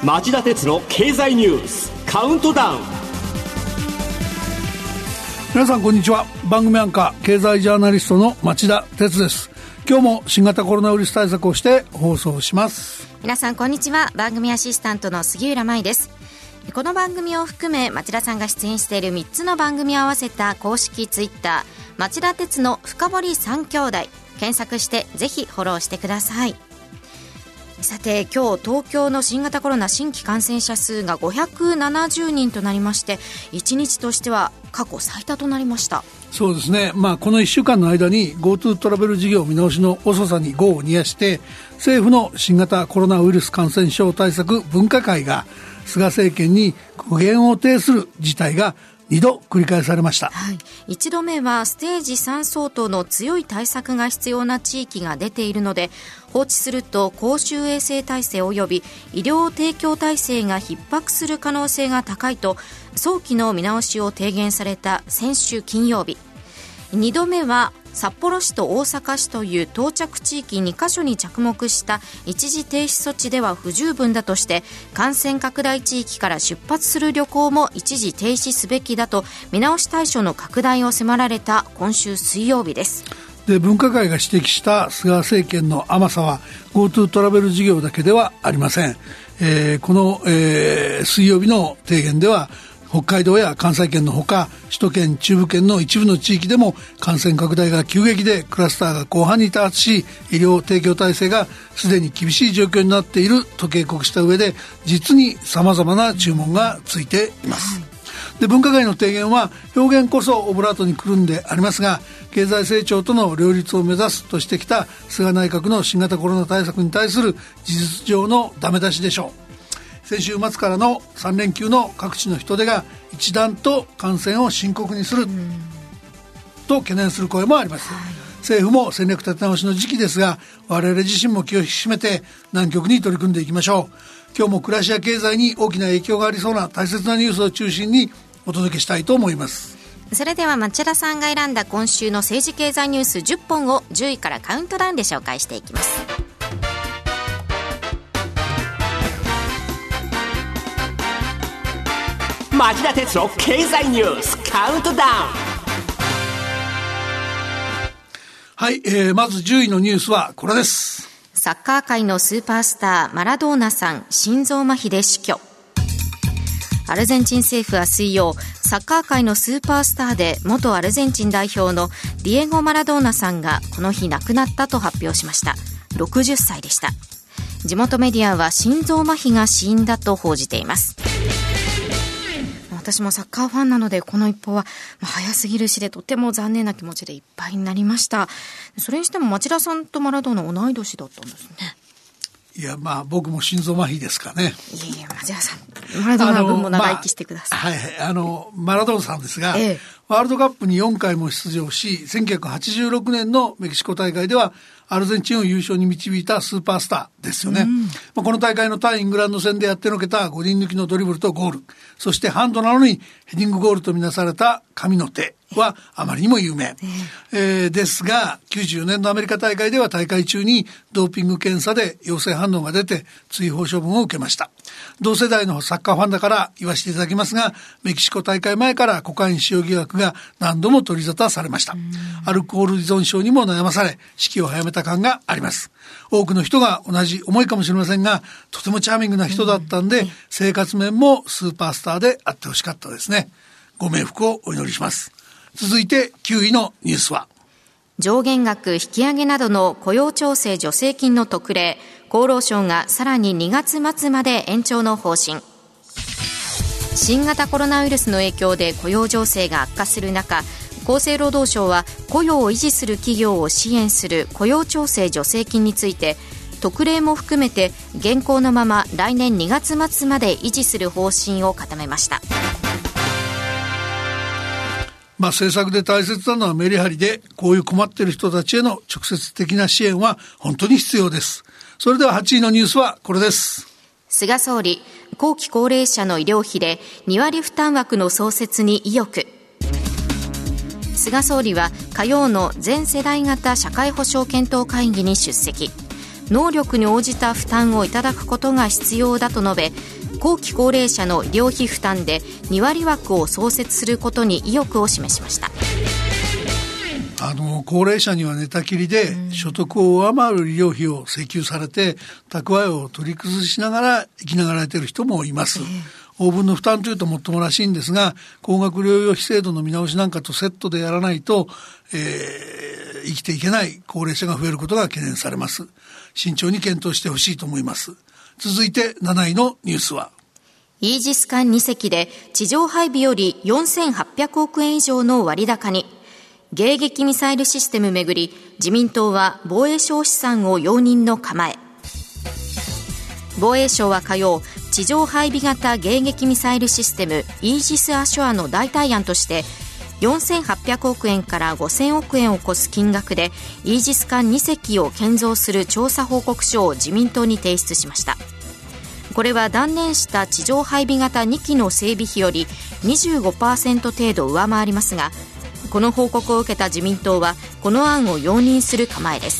町田鉄の経済ニュースカウントダウン。 皆さんこんにちは。番組アンカー経済ジャーナリストの町田鉄です。今日も新型コロナウイルス対策をして放送します。 皆さんこんにちは。番組アシスタントの杉浦舞です。この番組を含め町田さんが出演している3つの番組を合わせた公式ツイッター町田鉄の深掘り3兄弟検索してぜひフォローしてください。さて今日東京の新型コロナ新規感染者数が570人となりまして1日としては過去最多となりました。 そうですね、この1週間の間に GoTo トラベル事業見直しの遅さに業を煮やして政府の新型コロナウイルス感染症対策分科会が菅政権に苦言を呈する事態が2度繰り返されました。 1度目はステージ3相当の強い対策が必要な地域が出ているので放置すると公衆衛生体制及び医療提供体制が逼迫する可能性が高いと早期の見直しを提言された先週金曜日。2度目は札幌市と大阪市という到着地域2カ所に着目した一時停止措置では不十分だとして感染拡大地域から出発する旅行も一時停止すべきだと見直し対象の拡大を迫られた今週水曜日です。 で分科会が指摘した菅政権の甘さは GoTo トラベル事業だけではありません。この、水曜日の提言では北海道や関西圏のほか首都圏中部圏の一部の地域でも感染拡大が急激でクラスターが広範に多発し医療提供体制がすでに厳しい状況になっていると警告した上で実に様々な注文がついています。で分科会の提言は表現こそオブラートにくるんでありますが経済成長との両立を目指すとしてきた菅内閣の新型コロナ対策に対する事実上のダメ出しでしょう。先週末からの3連休の各地の人出が一段と感染を深刻にすると懸念する声もあります。政府も戦略立て直しの時期ですが我々自身も気を引き締めて難局に取り組んでいきましょう。今日も暮らしや経済に大きな影響がありそうな大切なニュースを中心にお届けしたいと思います。 それでは町田さんが選んだ今週の政治経済ニュース10本を10位からカウントダウンで紹介していきます。 町田鉄の経済ニュースカウントダウン。まず10位のニュースはこれです。 サッカー界のスーパースターマラドーナさん心臓麻痺で死去。アルゼンチン政府は水曜サッカー界のスーパースターで元アルゼンチン代表のディエゴ・マラドーナさんがこの日亡くなったと発表しました。60歳でした。地元メディアは心臓麻痺が死因だと報じています。私もサッカーファンなのでこの一報は早すぎるしでとても残念な気持ちでいっぱいになりました。それにしても町田さんとマラドーナ同い年だったんですね。 いや僕も心臓麻痺ですかね。 いや町田さんマラドーナ分も長生きしてください。 マラドーナさんですが、ワールドカップに4回も出場し1986年のメキシコ大会ではアルゼンチンを優勝に導いたスーパースターですよね。この大会の対イングランド戦でやってのけた5人抜きのドリブルとゴール、そしてハンドなのにヘディングゴールとみなされた神の手はあまりにも有名、ですが94年のアメリカ大会では大会中にドーピング検査で陽性反応が出て追放処分を受けました。同世代のサッカーファンだから言わせていただきますがメキシコ大会前からコカイン使用疑惑が何度も取り沙汰されました。アルコール依存症にも悩まされ式を早めた感があります。多くの人が同じ思いかもしれませんがとてもチャーミングな人だったんで生活面もスーパースターであってほしかったですね。ご冥福をお祈りします。続いて9位のニュースは上限額引き上げなどの雇用調整助成金の特例厚労省がさらに2月末まで延長の方針。新型コロナウイルスの影響で雇用情勢が悪化する中厚生労働省は雇用を維持する企業を支援する雇用調整助成金について特例も含めて現行のまま来年2月末まで維持する方針を固めました。 政策で大切なのはメリハリでこういう困っている人たちへの直接的な支援は本当に必要です。それでは8位のニュースはこれです。 菅総理後期高齢者の医療費で2割負担枠の創設に意欲。菅総理は火曜の全世代型社会保障検討会議に出席。 能力に応じた負担をいただくことが必要だと述べ、後期高齢者の医療費負担で2割枠を創設することに意欲を示しました。 高齢者には寝たきりで所得を上回る医療費を請求されて蓄えを取り崩しながら生きながらえている人もいます。応分の負担というともっともらしいんですが、高額療養費制度の見直しなんかとセットでやらないと、生きていけない高齢者が増えることが懸念されます。慎重に検討してほしいと思います。続いて7位のニュースは、 イージス艦2隻で地上配備より4800億円以上の割高に。迎撃ミサイルシステムめぐり、自民党は防衛省試算を容認の構え。防衛省は火曜、地上配備型迎撃ミサイルシステムイージス・アショアの代替案として4800億円から5000億円を超す金額でイージス艦2隻を建造する調査報告書を自民党に提出しました。これは断念した地上配備型2機の整備費より 25% 程度上回りますが、この報告を受けた自民党はこの案を容認する構えです。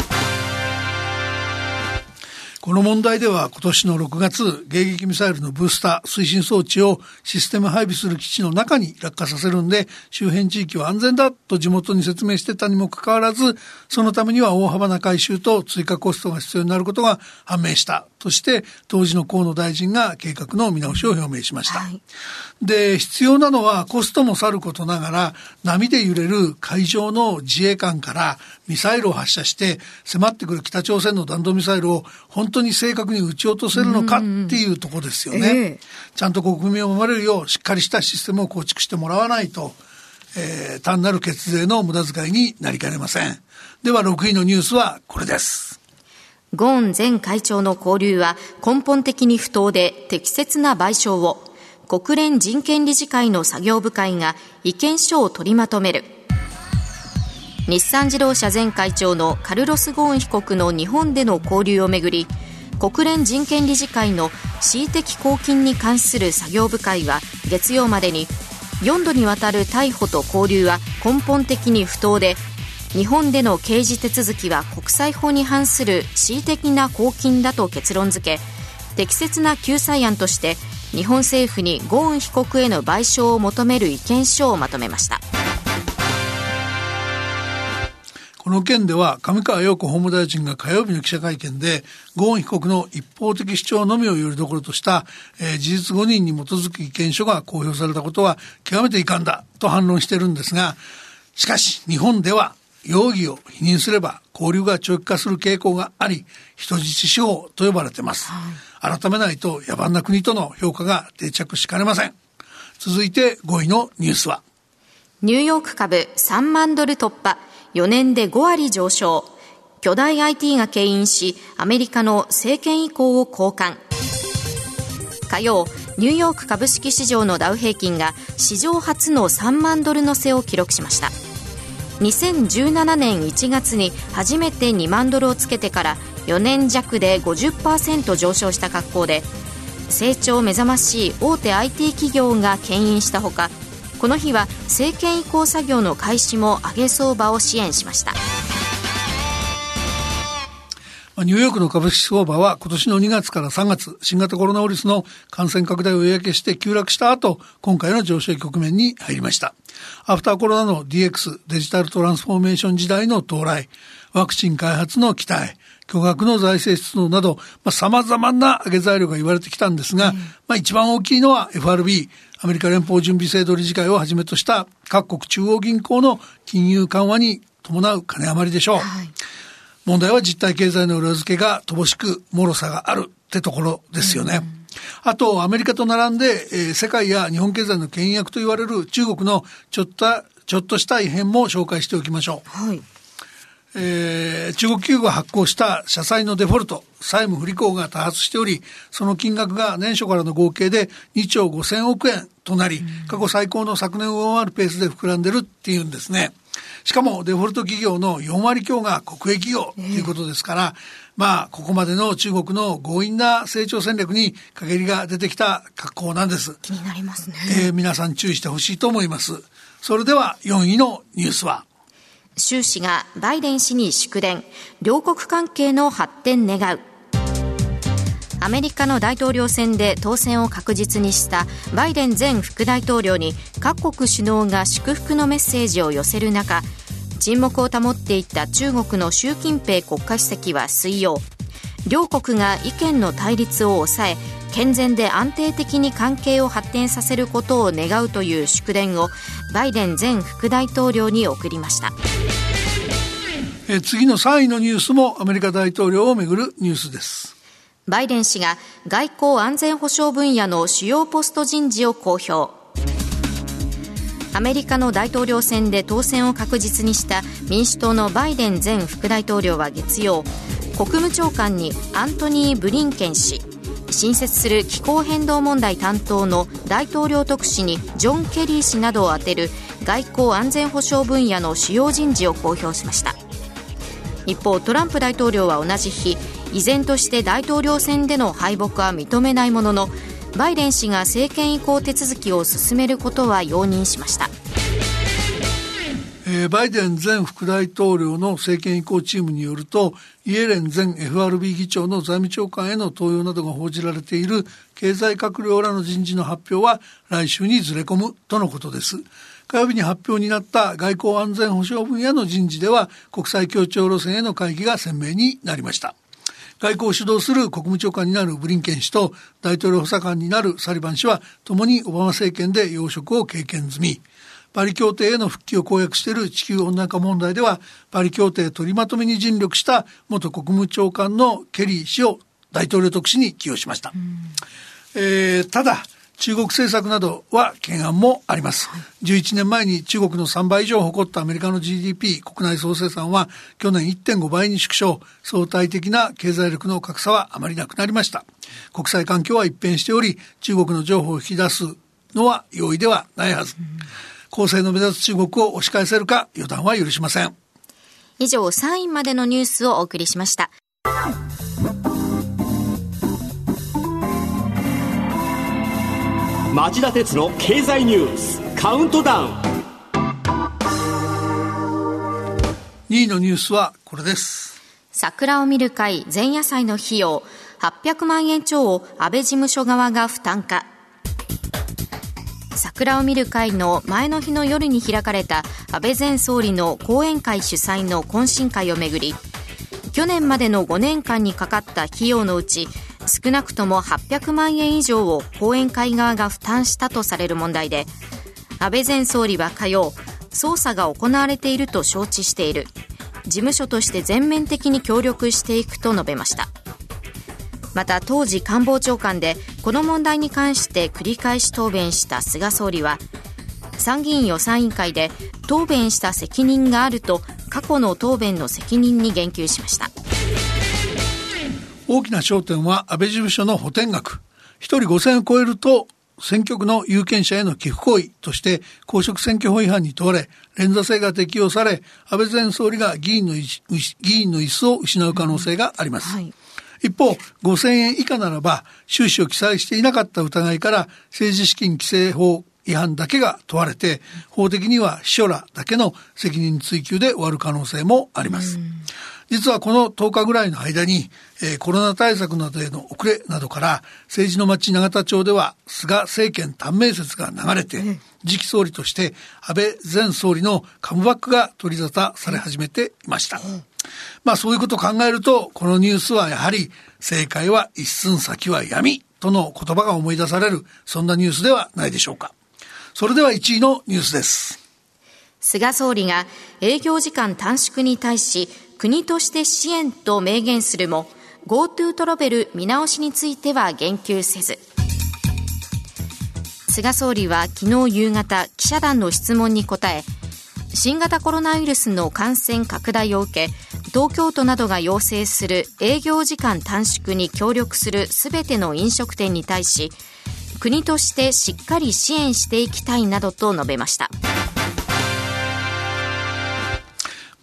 この問題では今年の6月、迎撃ミサイルのブースター推進装置をシステム配備する基地の中に落下させるんで、周辺地域は安全だと地元に説明してたにもかかわらず、そのためには大幅な改修と追加コストが必要になることが判明したとして、当時の河野大臣が計画の見直しを表明しました。で、必要なのはコストもさることながら、波で揺れる海上の自衛艦からミサイルを発射して迫ってくる北朝鮮の弾道ミサイルを本当に正確に撃ち落とせるのかっていうところですよね。ちゃんと国民を守れるようしっかりしたシステムを構築してもらわないと、単なる血税の無駄遣いになりかねません。では6位のニュースはこれです。 ゴーン前会長の勾留は根本的に不当で適切な賠償を。国連人権理事会の作業部会が意見書を取りまとめる。日産自動車前会長のカルロス・ゴーン被告の日本での勾留をめぐり、国連人権理事会の恣意的拘禁に関する作業部会は月曜までに4度にわたる逮捕と勾留は根本的に不当で、日本での刑事手続きは国際法に反する恣意的な拘禁だと結論付け、適切な救済案として日本政府にゴーン被告への賠償を求める意見書をまとめました。 この件では上川陽子法務大臣が火曜日の記者会見で、ゴーン被告の一方的主張のみをよりどころとした、事実誤認に基づく意見書が公表されたことは極めて遺憾だと反論しているんですが、しかし日本では容疑を否認すれば勾留が長期化する傾向があり、人質司法と呼ばれています。改めないと野蛮な国との評価が定着しかねません。続いて5位のニュースは、 ニューヨーク株3万ドル突破、4年で5割上昇。巨大 IT が牽引し、アメリカの政権移行を好感。火曜、ニューヨーク株式市場のダウ平均が史上初の3万ドルのせを記録しました。2017年1月に初めて2万ドルをつけてから4年弱で 50% 上昇した格好で、成長目覚ましい大手 IT 企業が牽引したほか、この日は政権移行作業の開始も上げ相場を支援しました。 ニューヨークの株式相場は今年の2月から3月、新型コロナウイルスの感染拡大を嫌気して急落した後、今回の上昇局面に入りました。アフターコロナの DX デジタルトランスフォーメーション時代の到来、ワクチン開発の期待、巨額の財政出動など、様々な上げ材料が言われてきたんですが、一番大きいのは FRB、アメリカ連邦準備制度理事会をはじめとした各国中央銀行の金融緩和に伴う金余りでしょう。問題は実体経済の裏付けが乏しく脆さがあるってところですよね。あとアメリカと並んで、世界や日本経済の牽引役と言われる中国のちょっとした異変も紹介しておきましょう。中国企業が発行した社債のデフォルト、債務不履行が多発しており、その金額が年初からの合計で2兆5000億円となり、過去最高の昨年を上回るペースで膨らんでるっていうんですね。しかもデフォルト企業の4割強が国営企業ということですから、ここまでの中国の強引な成長戦略に陰りが出てきた格好なんです。 気になりますね。 皆さん注意してほしいと思います。それでは4位のニュースは、 習氏がバイデン氏に祝電、両国関係の発展願う。アメリカの大統領選で当選を確実にしたバイデン前副大統領に各国首脳が祝福のメッセージを寄せる中、沈黙を保っていた中国の習近平国家主席は水曜、両国が意見の対立を抑え健全で安定的に関係を発展させることを願うという祝電をバイデン前副大統領に送りました。 次の3位のニュースもアメリカ大統領をめぐるニュースです。 バイデン氏が外交安全保障分野の主要ポスト人事を公表。アメリカの大統領選で当選を確実にした民主党のバイデン前副大統領は月曜、国務長官にアントニー・ブリンケン氏、新設する気候変動問題担当の大統領特使にジョン・ケリー氏などを充てる外交安全保障分野の主要人事を公表しました。一方、トランプ大統領は同じ日、依然として大統領選での敗北は認めないものの、バイデン氏が政権移行手続きを進めることは容認しました。 バイデン前副大統領の政権移行チームによると、イエレン前 FRB 議長の財務長官への登用などが報じられている経済閣僚らの人事の発表は来週にずれ込むとのことです。火曜日に発表になった外交安全保障分野の人事では、国際協調路線への回帰が鮮明になりました。外交を主導する国務長官になるブリンケン氏と大統領補佐官になるサリバン氏は共にオバマ政権で要職を経験済み、パリ協定への復帰を公約している地球温暖化問題ではパリ協定取りまとめに尽力した元国務長官のケリー氏を大統領特使に起用しました。ただ中国政策などは懸案もあります。11年前に中国の3倍以上を誇ったアメリカの GDP 国内総生産は去年 1.5 倍に縮小、相対的な経済力の格差はあまりなくなりました。国際環境は一変しており、中国の譲歩を引き出すのは容易ではないはず。公正の目指す中国を押し返せるか予断は許しません。 以上、3位までのニュースをお送りしました。 町田鉄の経済ニュースカウントダウン。 2位のニュースはこれです。 桜を見る会前夜祭の費用800万円超を安倍事務所側が負担か。桜を見る会の前の日の夜に開かれた安倍前総理の後援会主催の懇親会をめぐり、去年までの5年間にかかった費用のうち少なくとも800万円以上を後援会側が負担したとされる問題で、安倍前総理は火曜、捜査が行われていると承知している、事務所として全面的に協力していくと述べました。また当時官房長官でこの問題に関して繰り返し答弁した菅総理は、参議院予算委員会で答弁した責任があると過去の答弁の責任に言及しました。 大きな焦点は安倍事務所の補填額。1人5000円を超えると選挙区の有権者への寄付行為として公職選挙法違反に問われ、連座制が適用され、安倍前総理が議員の椅子を失う可能性があります。一方、5000円以下ならば収支を記載していなかった疑いから政治資金規正法違反だけが問われて、法的には秘書らだけの責任追及で終わる可能性もあります。実はこの10日ぐらいの間に、コロナ対策などへの遅れなどから政治の街永田町では菅政権短命説が流れて、次期総理として安倍前総理のカムバックが取り沙汰され始めていました。そういうことを考えると、このニュースはやはり政界は一寸先は闇との言葉が思い出される、そんなニュースではないでしょうか。それでは1位のニュースです。 菅総理が営業時間短縮に対し国として支援と明言するも GoTo トラベル見直しについては言及せず。菅総理は昨日夕方記者団の質問に答え、新型コロナウイルスの感染拡大を受け、東京都などが要請する営業時間短縮に協力するすべての飲食店に対し、国としてしっかり支援していきたいなどと述べました。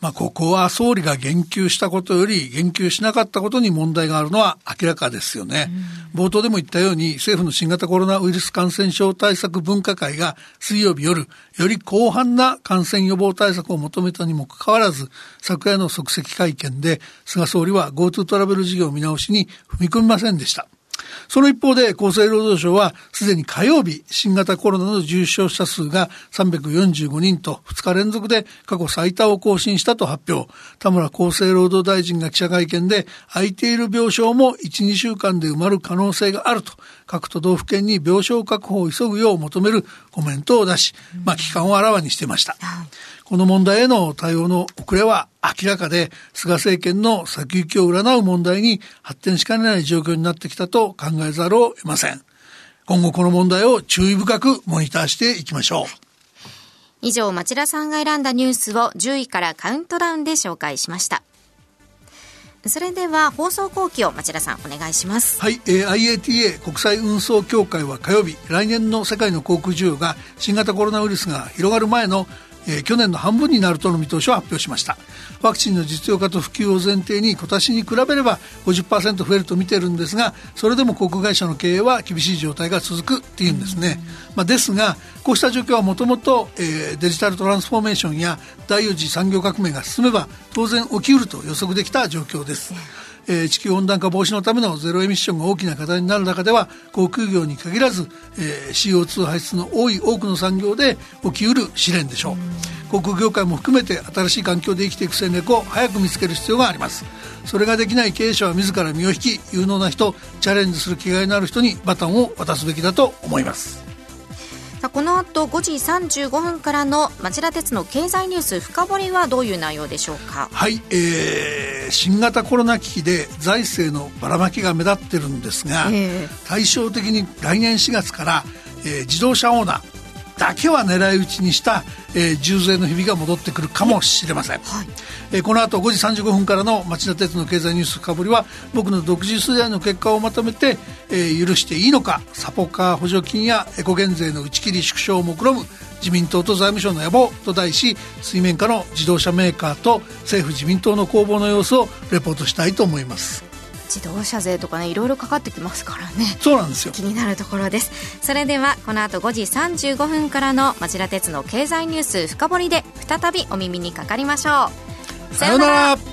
ここは総理が言及したことより言及しなかったことに問題があるのは明らかですよね。冒頭でも言ったように政府の新型コロナウイルス感染症対策分科会が水曜日夜より広範な感染予防対策を求めたにもかかわらず、昨夜の即席会見で菅総理は GoTo トラベル事業見直しに踏み込みませんでした。その一方で厚生労働省はすでに火曜日新型コロナの重症者数が345人と2日連続で過去最多を更新したと発表。田村厚生労働大臣が記者会見で空いている病床も 1,2 週間で埋まる可能性があると各都道府県に病床確保を急ぐよう求めるコメントを出し、危機感をあらわにしていました。この問題への対応の遅れは明らかで、菅政権の先行きを占う問題に発展しかねない状況になってきたと考えざるを得ません。今後この問題を注意深くモニターしていきましょう。 以上、町田さんが選んだニュースを10位からカウントダウンで紹介しました。それでは放送後期を町田さんお願いします。 はい、IATA 国際運送協会は火曜日、来年の世界の航空需要が新型コロナウイルスが広がる前の去年の半分になるとの見通しを発表しました。ワクチンの実用化と普及を前提に今年に比べれば 50% 増えると見てるんですが、それでも航空会社の経営は厳しい状態が続くっていうんですね。ですがこうした状況はもともとデジタルトランスフォーメーションや第4次産業革命が進めば当然起きうると予測できた状況です。地球温暖化防止のためのゼロエミッションが大きな課題になる中では、航空業に限らず、CO2 排出の多くの産業で起きうる試練でしょう。航空業界も含めて新しい環境で生きていく戦略を早く見つける必要があります。それができない経営者は自ら身を引き、有能な人、チャレンジする気概のある人にバトンを渡すべきだと思います。 この後5時35分からの町田鉄の経済ニュース深掘りはどういう内容でしょうか。 はい、新型コロナ危機で財政のばらまきが目立ってるんですが、対照的に来年4月から、自動車オーナーだけは狙い撃ちにした、重税の日々が戻ってくるかもしれません。この後5時35分からの町田鉄の経済ニュース深掘りは僕の独自取材の結果をまとめて、許していいのか、サポカー補助金やエコ減税の打ち切り縮小を目論む自民党と財務省の野望と題し、水面下の自動車メーカーと政府自民党の攻防の様子をレポートしたいと思います。 自動車税とかね、いろいろかかってきますからね。 そうなんですよ。 気になるところです。それではこの後5時35分からの町田鉄の経済ニュース深掘りで再びお耳にかかりましょう。 さようなら。